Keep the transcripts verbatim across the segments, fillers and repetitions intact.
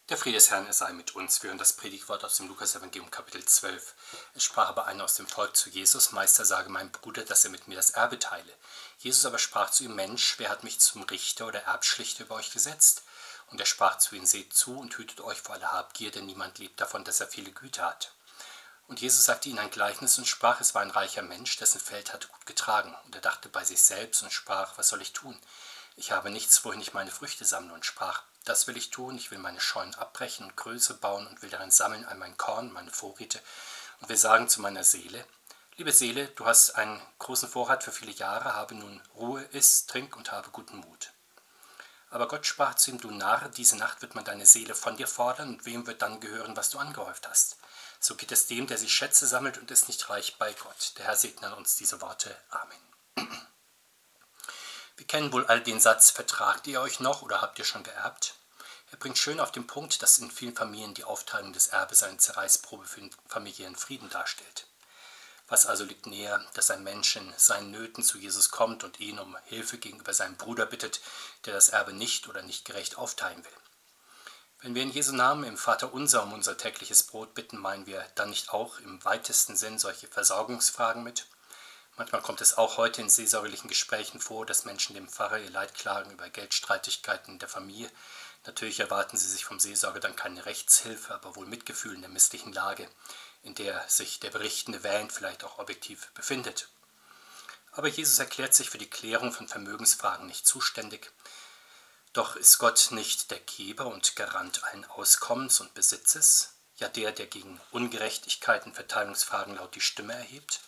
Der Friede des Herrn, er sei mit uns. Wir hören das Predigtwort aus dem Lukas-Evangelium, Kapitel zwölf. Es sprach aber einer aus dem Volk zu Jesus: Meister, sage meinem Bruder, dass er mit mir das Erbe teile. Jesus aber sprach zu ihm: Mensch, wer hat mich zum Richter oder Erbschlichter über euch gesetzt? Und er sprach zu ihnen: Seht zu und hütet euch vor aller Habgier, denn niemand lebt davon, dass er viele Güter hat. Und Jesus sagte ihnen ein Gleichnis und sprach: Es war ein reicher Mensch, dessen Feld hatte gut getragen. Und er dachte bei sich selbst und sprach: Was soll ich tun? Ich habe nichts, wohin ich meine Früchte sammle. Und sprach: Das will ich tun, ich will meine Scheunen abbrechen und größere bauen und will darin sammeln all mein Korn, meine Vorräte, und will sagen zu meiner Seele: Liebe Seele, du hast einen großen Vorrat für viele Jahre, habe nun Ruhe, iss, trink und habe guten Mut. Aber Gott sprach zu ihm: Du Narr, diese Nacht wird man deine Seele von dir fordern, und wem wird dann gehören, was du angehäuft hast? So geht es dem, der sich Schätze sammelt und ist nicht reich bei Gott. Der Herr segne an uns diese Worte. Amen. Wir kennen wohl alle den Satz: Vertragt ihr euch noch oder habt ihr schon geerbt? Er bringt schön auf den Punkt, dass in vielen Familien die Aufteilung des Erbes eine Zerreißprobe für den familiären Frieden darstellt. Was also liegt näher, dass ein Mensch in seinen Nöten zu Jesus kommt und ihn um Hilfe gegenüber seinem Bruder bittet, der das Erbe nicht oder nicht gerecht aufteilen will? Wenn wir in Jesu Namen im Vaterunser um unser tägliches Brot bitten, meinen wir dann nicht auch im weitesten Sinn solche Versorgungsfragen mit? Manchmal kommt es auch heute in seelsorgerlichen Gesprächen vor, dass Menschen dem Pfarrer ihr Leid klagen über Geldstreitigkeiten in der Familie. Natürlich erwarten sie sich vom Seelsorger dann keine Rechtshilfe, aber wohl Mitgefühl in der misslichen Lage, in der sich der Berichtende wähnend vielleicht auch objektiv befindet. Aber Jesus erklärt sich für die Klärung von Vermögensfragen nicht zuständig. Doch ist Gott nicht der Geber und Garant allen Auskommens und Besitzes, ja der, der gegen Ungerechtigkeiten, Verteilungsfragen laut die Stimme erhebt?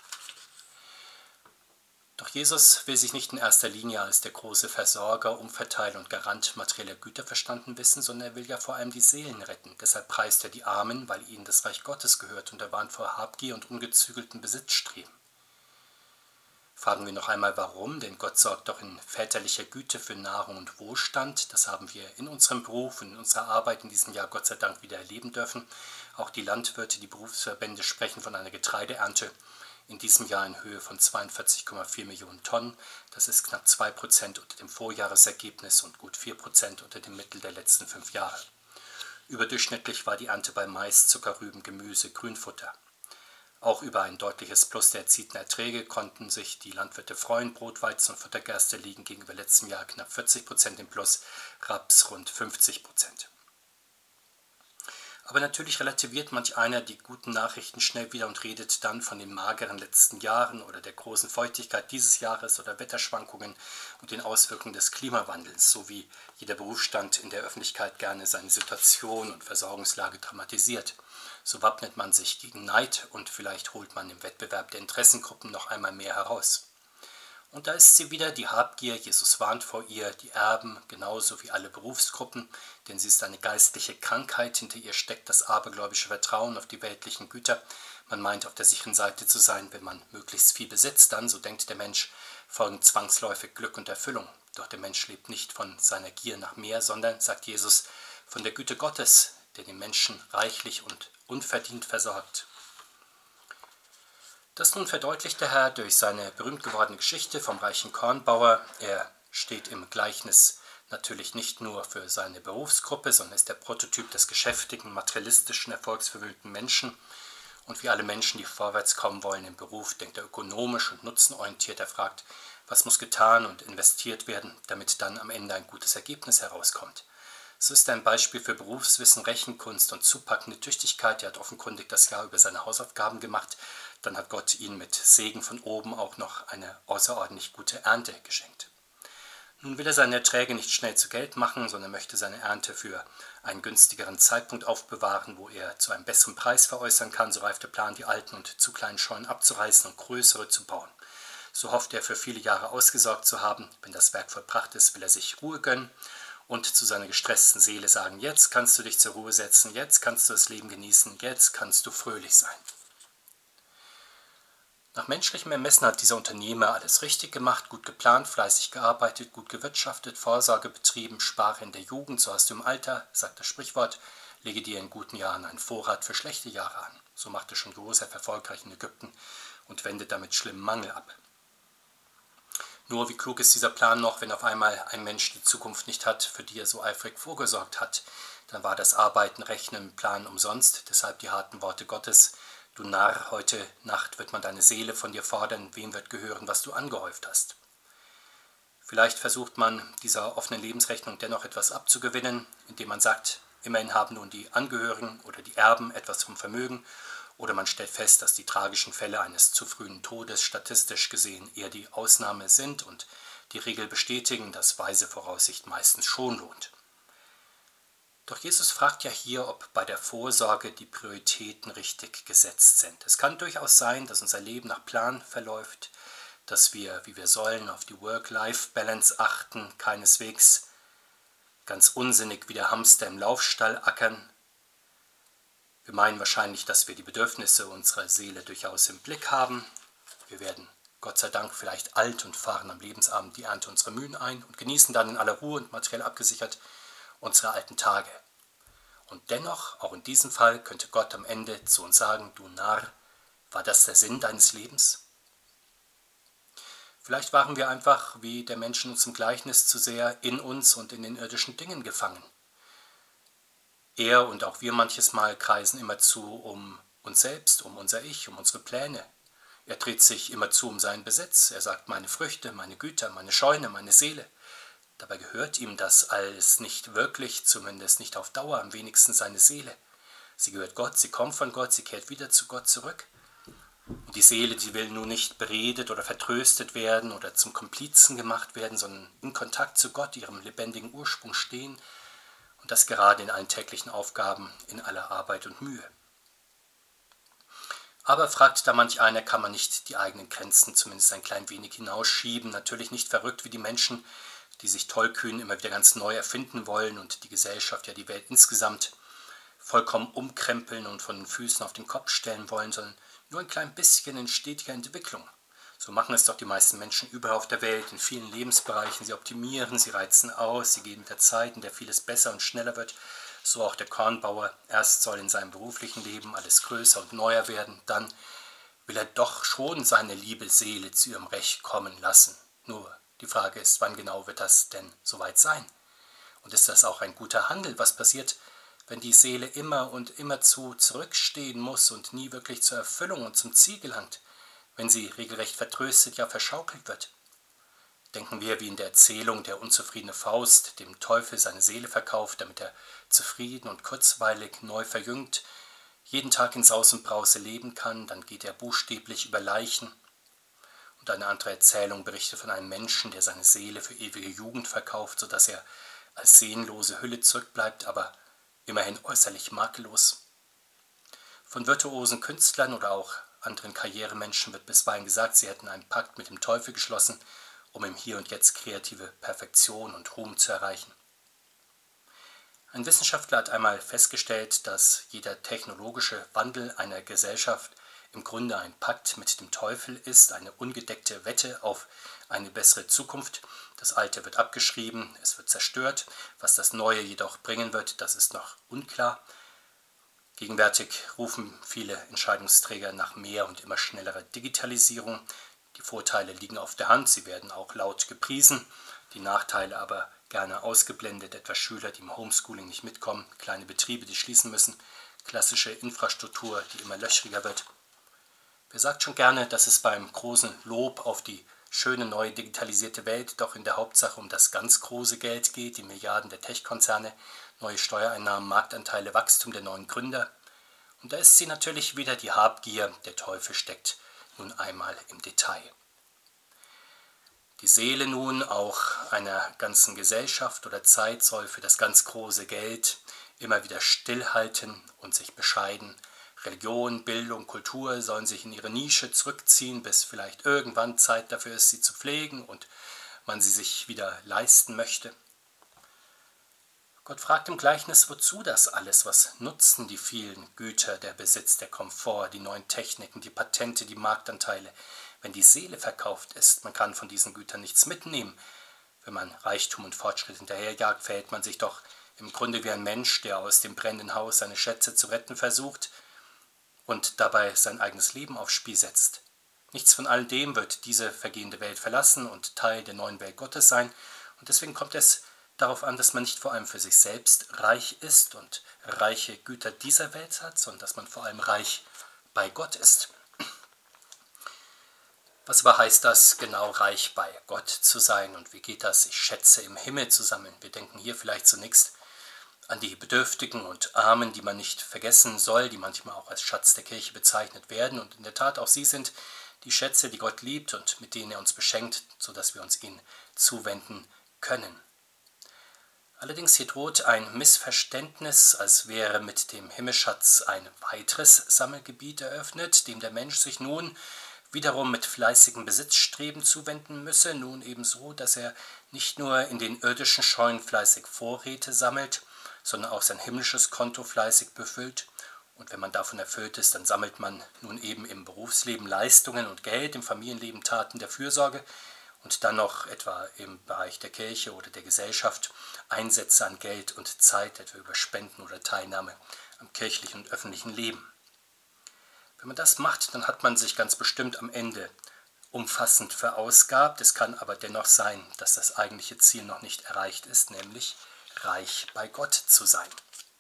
Doch Jesus will sich nicht in erster Linie als der große Versorger, Umverteiler und Garant materieller Güter verstanden wissen, sondern er will ja vor allem die Seelen retten. Deshalb preist er die Armen, weil ihnen das Reich Gottes gehört, und er warnt vor Habgier und ungezügelten Besitzstreben. Fragen wir noch einmal, warum? Denn Gott sorgt doch in väterlicher Güte für Nahrung und Wohlstand. Das haben wir in unserem Beruf und in unserer Arbeit in diesem Jahr Gott sei Dank wieder erleben dürfen. Auch die Landwirte, die Berufsverbände sprechen von einer Getreideernte in diesem Jahr in Höhe von zweiundvierzig Komma vier Millionen Tonnen. Das ist knapp zwei Prozent unter dem Vorjahresergebnis und gut vier Prozent unter dem Mittel der letzten fünf Jahre. Überdurchschnittlich war die Ernte bei Mais, Zuckerrüben, Gemüse, Grünfutter. Auch über ein deutliches Plus der erzielten Erträge konnten sich die Landwirte freuen. Brot, Weizen und Futtergerste liegen gegenüber letztem Jahr knapp vierzig Prozent im Plus, Raps rund fünfzig Prozent. Aber natürlich relativiert manch einer die guten Nachrichten schnell wieder und redet dann von den mageren letzten Jahren oder der großen Feuchtigkeit dieses Jahres oder Wetterschwankungen und den Auswirkungen des Klimawandels, so wie jeder Berufsstand in der Öffentlichkeit gerne seine Situation und Versorgungslage dramatisiert. So wappnet man sich gegen Neid und vielleicht holt man im Wettbewerb der Interessengruppen noch einmal mehr heraus. Und da ist sie wieder, die Habgier. Jesus warnt vor ihr, die Erben genauso wie alle Berufsgruppen, denn sie ist eine geistliche Krankheit. Hinter ihr steckt das abergläubische Vertrauen auf die weltlichen Güter. Man meint, auf der sicheren Seite zu sein, wenn man möglichst viel besitzt, dann, so denkt der Mensch, folgen zwangsläufig Glück und Erfüllung. Doch der Mensch lebt nicht von seiner Gier nach mehr, sondern, sagt Jesus, von der Güte Gottes, der den Menschen reichlich und unverdient versorgt. Das nun verdeutlicht der Herr durch seine berühmt gewordene Geschichte vom reichen Kornbauer. Er steht im Gleichnis natürlich nicht nur für seine Berufsgruppe, sondern ist der Prototyp des geschäftigen, materialistischen, erfolgsverwöhnten Menschen. Und wie alle Menschen, die vorwärts kommen wollen im Beruf, denkt er ökonomisch und nutzenorientiert. Er fragt, was muss getan und investiert werden, damit dann am Ende ein gutes Ergebnis herauskommt. So ist er ein Beispiel für Berufswissen, Rechenkunst und zupackende Tüchtigkeit. Er hat offenkundig das Jahr über seine Hausaufgaben gemacht. Dann hat Gott ihm mit Segen von oben auch noch eine außerordentlich gute Ernte geschenkt. Nun will er seine Erträge nicht schnell zu Geld machen, sondern möchte seine Ernte für einen günstigeren Zeitpunkt aufbewahren, wo er zu einem besseren Preis veräußern kann. So reift der Plan, die alten und zu kleinen Scheunen abzureißen und größere zu bauen. So hofft er, für viele Jahre ausgesorgt zu haben. Wenn das Werk vollbracht ist, will er sich Ruhe gönnen und zu seiner gestressten Seele sagen: Jetzt kannst du dich zur Ruhe setzen, jetzt kannst du das Leben genießen, jetzt kannst du fröhlich sein. Nach menschlichem Ermessen hat dieser Unternehmer alles richtig gemacht, gut geplant, fleißig gearbeitet, gut gewirtschaftet, Vorsorge betrieben, spare in der Jugend, so hast du im Alter, sagt das Sprichwort, lege dir in guten Jahren einen Vorrat für schlechte Jahre an. So machte schon Josef erfolgreich in Ägypten und wendet damit schlimmen Mangel ab. Nur wie klug ist dieser Plan noch, wenn auf einmal ein Mensch die Zukunft nicht hat, für die er so eifrig vorgesorgt hat. Dann war das Arbeiten, Rechnen, Planen umsonst, deshalb die harten Worte Gottes: Du Narr, heute Nacht wird man deine Seele von dir fordern, wem wird gehören, was du angehäuft hast. Vielleicht versucht man dieser offenen Lebensrechnung dennoch etwas abzugewinnen, indem man sagt, immerhin haben nun die Angehörigen oder die Erben etwas vom Vermögen, oder man stellt fest, dass die tragischen Fälle eines zu frühen Todes statistisch gesehen eher die Ausnahme sind und die Regel bestätigen, dass weise Voraussicht meistens schon lohnt. Doch Jesus fragt ja hier, ob bei der Vorsorge die Prioritäten richtig gesetzt sind. Es kann durchaus sein, dass unser Leben nach Plan verläuft, dass wir, wie wir sollen, auf die Work-Life-Balance achten, keineswegs ganz unsinnig wie der Hamster im Laufstall ackern. Wir meinen wahrscheinlich, dass wir die Bedürfnisse unserer Seele durchaus im Blick haben. Wir werden, Gott sei Dank, vielleicht alt und fahren am Lebensabend die Ernte unserer Mühen ein und genießen dann in aller Ruhe und materiell abgesichert unsere alten Tage. Und dennoch, auch in diesem Fall, könnte Gott am Ende zu uns sagen: Du Narr, war das der Sinn deines Lebens? Vielleicht waren wir einfach, wie der Mensch in unserem Gleichnis, zu sehr in uns und in den irdischen Dingen gefangen. Er und auch wir manches Mal kreisen immerzu um uns selbst, um unser Ich, um unsere Pläne. Er dreht sich immerzu um seinen Besitz. Er sagt: Meine Früchte, meine Güter, meine Scheune, meine Seele. Dabei gehört ihm das alles nicht wirklich, zumindest nicht auf Dauer, am wenigsten seine Seele. Sie gehört Gott, sie kommt von Gott, sie kehrt wieder zu Gott zurück. Und die Seele, die will nun nicht beredet oder vertröstet werden oder zum Komplizen gemacht werden, sondern in Kontakt zu Gott, ihrem lebendigen Ursprung stehen. Und das gerade in allen täglichen Aufgaben, in aller Arbeit und Mühe. Aber fragt da manch einer, kann man nicht die eigenen Grenzen zumindest ein klein wenig hinausschieben? Natürlich nicht verrückt wie die Menschen, die sich tollkühn immer wieder ganz neu erfinden wollen und die Gesellschaft, ja die Welt insgesamt, vollkommen umkrempeln und von den Füßen auf den Kopf stellen wollen, sondern nur ein klein bisschen in stetiger Entwicklung. So machen es doch die meisten Menschen überall auf der Welt, in vielen Lebensbereichen. Sie optimieren, sie reizen aus, sie gehen mit der Zeit, in der vieles besser und schneller wird. So auch der Kornbauer. Erst soll in seinem beruflichen Leben alles größer und neuer werden, dann will er doch schon seine liebe Seele zu ihrem Recht kommen lassen. Nur die Frage ist, wann genau wird das denn soweit sein? Und ist das auch ein guter Handel? Was passiert, wenn die Seele immer und immerzu zurückstehen muss und nie wirklich zur Erfüllung und zum Ziel gelangt? Wenn sie regelrecht vertröstet, ja verschaukelt wird? Denken wir, wie in der Erzählung der unzufriedene Faust dem Teufel seine Seele verkauft, damit er zufrieden und kurzweilig neu verjüngt jeden Tag in Saus und Brause leben kann, dann geht er buchstäblich über Leichen. Und eine andere Erzählung berichtet von einem Menschen, der seine Seele für ewige Jugend verkauft, sodass er als seelenlose Hülle zurückbleibt, aber immerhin äußerlich makellos. Von virtuosen Künstlern oder auch anderen Karrieremenschen wird bisweilen gesagt, sie hätten einen Pakt mit dem Teufel geschlossen, um im Hier und Jetzt kreative Perfektion und Ruhm zu erreichen. Ein Wissenschaftler hat einmal festgestellt, dass jeder technologische Wandel einer Gesellschaft im Grunde ein Pakt mit dem Teufel ist, eine ungedeckte Wette auf eine bessere Zukunft. Das Alte wird abgeschrieben, es wird zerstört. Was das Neue jedoch bringen wird, das ist noch unklar. Gegenwärtig rufen viele Entscheidungsträger nach mehr und immer schnellerer Digitalisierung. Die Vorteile liegen auf der Hand, sie werden auch laut gepriesen, die Nachteile aber gerne ausgeblendet, etwa Schüler, die im Homeschooling nicht mitkommen, kleine Betriebe, die schließen müssen, klassische Infrastruktur, die immer löchriger wird. Wer sagt schon gerne, dass es beim großen Lob auf die schöne neue digitalisierte Welt doch in der Hauptsache um das ganz große Geld geht, die Milliarden der Tech-Konzerne, neue Steuereinnahmen, Marktanteile, Wachstum der neuen Gründer. Und da ist sie natürlich wieder die Habgier, der Teufel steckt nun einmal im Detail. Die Seele nun auch einer ganzen Gesellschaft oder Zeit soll für das ganz große Geld immer wieder stillhalten und sich bescheiden. Religion, Bildung, Kultur sollen sich in ihre Nische zurückziehen, bis vielleicht irgendwann Zeit dafür ist, sie zu pflegen und man sie sich wieder leisten möchte. Gott fragt im Gleichnis, wozu das alles? Was nutzen die vielen Güter, der Besitz, der Komfort, die neuen Techniken, die Patente, die Marktanteile, wenn die Seele verkauft ist? Man kann von diesen Gütern nichts mitnehmen. Wenn man Reichtum und Fortschritt hinterherjagt, verhält man sich doch im Grunde wie ein Mensch, der aus dem brennenden Haus seine Schätze zu retten versucht und dabei sein eigenes Leben aufs Spiel setzt. Nichts von all dem wird diese vergehende Welt verlassen und Teil der neuen Welt Gottes sein. Und deswegen kommt es darauf an, dass man nicht vor allem für sich selbst reich ist und reiche Güter dieser Welt hat, sondern dass man vor allem reich bei Gott ist. Was aber heißt das genau, reich bei Gott zu sein, und wie geht das, ich Schätze im Himmel zu sammeln? Wir denken hier vielleicht zunächst an die Bedürftigen und Armen, die man nicht vergessen soll, die manchmal auch als Schatz der Kirche bezeichnet werden. Und in der Tat auch sie sind die Schätze, die Gott liebt und mit denen er uns beschenkt, sodass wir uns ihnen zuwenden können. Allerdings hier droht ein Missverständnis, als wäre mit dem Himmelsschatz ein weiteres Sammelgebiet eröffnet, dem der Mensch sich nun wiederum mit fleißigem Besitzstreben zuwenden müsse, nun ebenso, dass er nicht nur in den irdischen Scheunen fleißig Vorräte sammelt, sondern auch sein himmlisches Konto fleißig befüllt. Und wenn man davon erfüllt ist, dann sammelt man nun eben im Berufsleben Leistungen und Geld, im Familienleben Taten der Fürsorge und dann noch etwa im Bereich der Kirche oder der Gesellschaft Einsätze an Geld und Zeit, etwa über Spenden oder Teilnahme am kirchlichen und öffentlichen Leben. Wenn man das macht, dann hat man sich ganz bestimmt am Ende umfassend verausgabt. Es kann aber dennoch sein, dass das eigentliche Ziel noch nicht erreicht ist, nämlich reich bei Gott zu sein.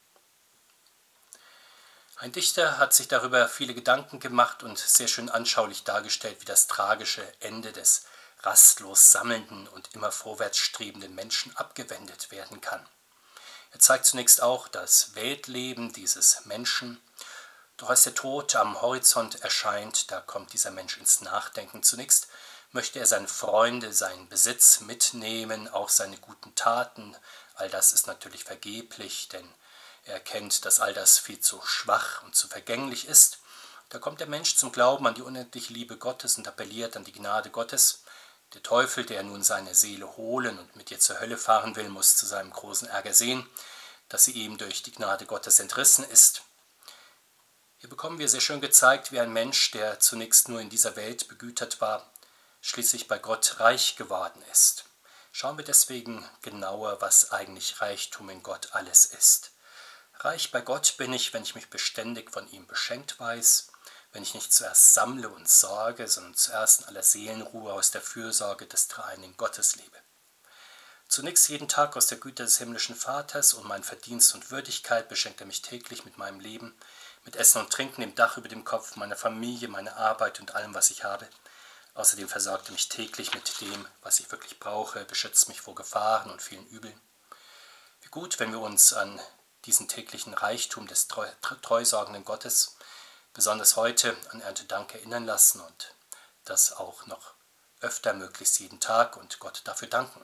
Ein Dichter hat sich darüber viele Gedanken gemacht und sehr schön anschaulich dargestellt, wie das tragische Ende des rastlos sammelnden und immer vorwärts strebenden Menschen abgewendet werden kann. Er zeigt zunächst auch das Weltleben dieses Menschen. Doch als der Tod am Horizont erscheint, da kommt dieser Mensch ins Nachdenken. Zunächst möchte er seine Freunde, seinen Besitz mitnehmen, auch seine guten Taten. All das ist natürlich vergeblich, denn er erkennt, dass all das viel zu schwach und zu vergänglich ist. Da kommt der Mensch zum Glauben an die unendliche Liebe Gottes und appelliert an die Gnade Gottes. Der Teufel, der nun seine Seele holen und mit ihr zur Hölle fahren will, muss zu seinem großen Ärger sehen, dass sie ihm durch die Gnade Gottes entrissen ist. Hier bekommen wir sehr schön gezeigt, wie ein Mensch, der zunächst nur in dieser Welt begütert war, schließlich bei Gott reich geworden ist. Schauen wir deswegen genauer, was eigentlich Reichtum in Gott alles ist. Reich bei Gott bin ich, wenn ich mich beständig von ihm beschenkt weiß, wenn ich nicht zuerst sammle und sorge, sondern zuerst in aller Seelenruhe aus der Fürsorge des dreieinigen Gottes lebe. Zunächst jeden Tag aus der Güte des himmlischen Vaters und mein Verdienst und Würdigkeit beschenkt er mich täglich mit meinem Leben, mit Essen und Trinken, dem Dach über dem Kopf, meiner Familie, meiner Arbeit und allem, was ich habe. Außerdem versorgt er mich täglich mit dem, was ich wirklich brauche, beschützt mich vor Gefahren und vielen Übeln. Wie gut, wenn wir uns an diesen täglichen Reichtum des treu, treusorgenden Gottes, besonders heute an Erntedank erinnern lassen und das auch noch öfter, möglichst jeden Tag, und Gott dafür danken.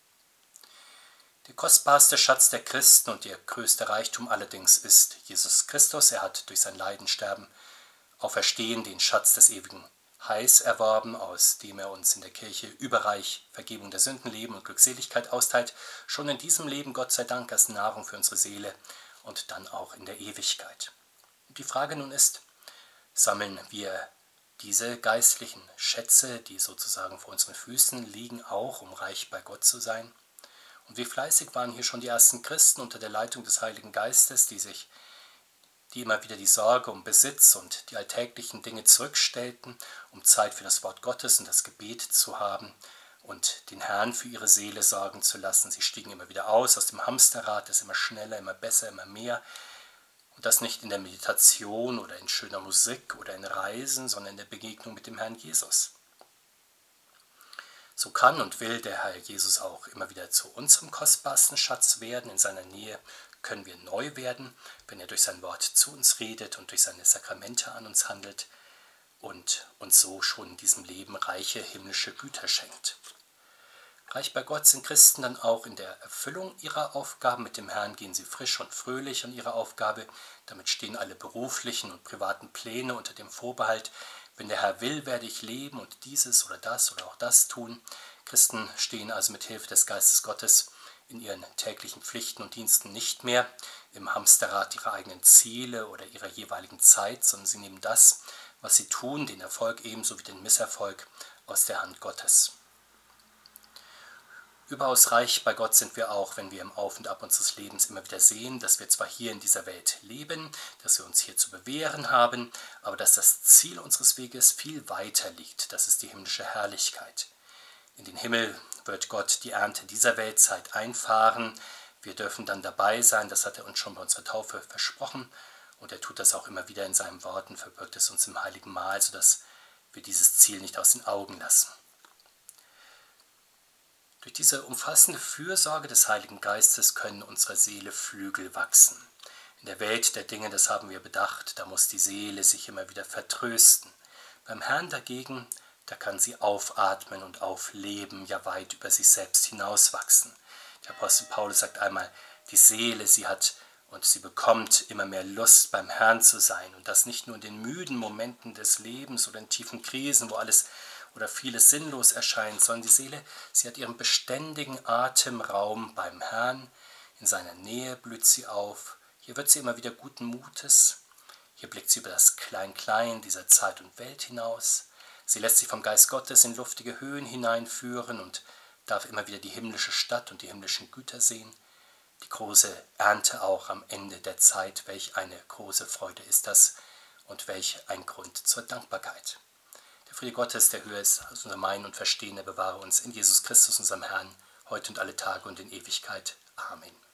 Der kostbarste Schatz der Christen und der größte Reichtum allerdings ist Jesus Christus. Er hat durch sein Leiden, Sterben, Auferstehen den Schatz des ewigen Heils erworben, aus dem er uns in der Kirche überreich Vergebung der Sünden, Leben und Glückseligkeit austeilt, schon in diesem Leben, Gott sei Dank, als Nahrung für unsere Seele und dann auch in der Ewigkeit. Und die Frage nun ist, sammeln wir diese geistlichen Schätze, die sozusagen vor unseren Füßen liegen, auch, um reich bei Gott zu sein? Und wie fleißig waren hier schon die ersten Christen unter der Leitung des Heiligen Geistes, die sich, die immer wieder die Sorge um Besitz und die alltäglichen Dinge zurückstellten, um Zeit für das Wort Gottes und das Gebet zu haben und den Herrn für ihre Seele sorgen zu lassen. Sie stiegen immer wieder aus aus dem Hamsterrad, das immer schneller, immer besser, immer mehr. Und das nicht in der Meditation oder in schöner Musik oder in Reisen, sondern in der Begegnung mit dem Herrn Jesus. So kann und will der Herr Jesus auch immer wieder zu unserem kostbarsten Schatz werden. In seiner Nähe können wir neu werden, wenn er durch sein Wort zu uns redet und durch seine Sakramente an uns handelt und uns so schon in diesem Leben reiche himmlische Güter schenkt. Reich bei Gott sind Christen dann auch in der Erfüllung ihrer Aufgaben. Mit dem Herrn gehen sie frisch und fröhlich an ihre Aufgabe. Damit stehen alle beruflichen und privaten Pläne unter dem Vorbehalt: Wenn der Herr will, werde ich leben und dieses oder das oder auch das tun. Christen stehen also mit Hilfe des Geistes Gottes in ihren täglichen Pflichten und Diensten nicht mehr im Hamsterrad ihrer eigenen Ziele oder ihrer jeweiligen Zeit, sondern sie nehmen das, was sie tun, den Erfolg ebenso wie den Misserfolg, aus der Hand Gottes. Überaus reich bei Gott sind wir auch, wenn wir im Auf und Ab unseres Lebens immer wieder sehen, dass wir zwar hier in dieser Welt leben, dass wir uns hier zu bewähren haben, aber dass das Ziel unseres Weges viel weiter liegt. Das ist die himmlische Herrlichkeit. In den Himmel wird Gott die Ernte dieser Weltzeit einfahren. Wir dürfen dann dabei sein, das hat er uns schon bei unserer Taufe versprochen. Und er tut das auch immer wieder in seinen Worten, verbirgt es uns im Heiligen Mahl, sodass wir dieses Ziel nicht aus den Augen lassen. Durch diese umfassende Fürsorge des Heiligen Geistes können unserer Seele Flügel wachsen. In der Welt der Dinge, das haben wir bedacht, da muss die Seele sich immer wieder vertrösten. Beim Herrn dagegen, da kann sie aufatmen und aufleben, ja weit über sich selbst hinauswachsen. Der Apostel Paulus sagt einmal, die Seele, sie hat und sie bekommt immer mehr Lust, beim Herrn zu sein. Und das nicht nur in den müden Momenten des Lebens oder in tiefen Krisen, wo alles oder vieles sinnlos erscheint, sondern die Seele, sie hat ihren beständigen Atemraum beim Herrn. In seiner Nähe blüht sie auf. Hier wird sie immer wieder guten Mutes. Hier blickt sie über das Klein-Klein dieser Zeit und Welt hinaus. Sie lässt sich vom Geist Gottes in luftige Höhen hineinführen und darf immer wieder die himmlische Stadt und die himmlischen Güter sehen. Die große Ernte auch am Ende der Zeit, welch eine große Freude ist das und welch ein Grund zur Dankbarkeit. Der Friede Gottes, der höher ist als unser Meinen und Verstehen, der bewahre uns in Jesus Christus, unserem Herrn, heute und alle Tage und in Ewigkeit. Amen.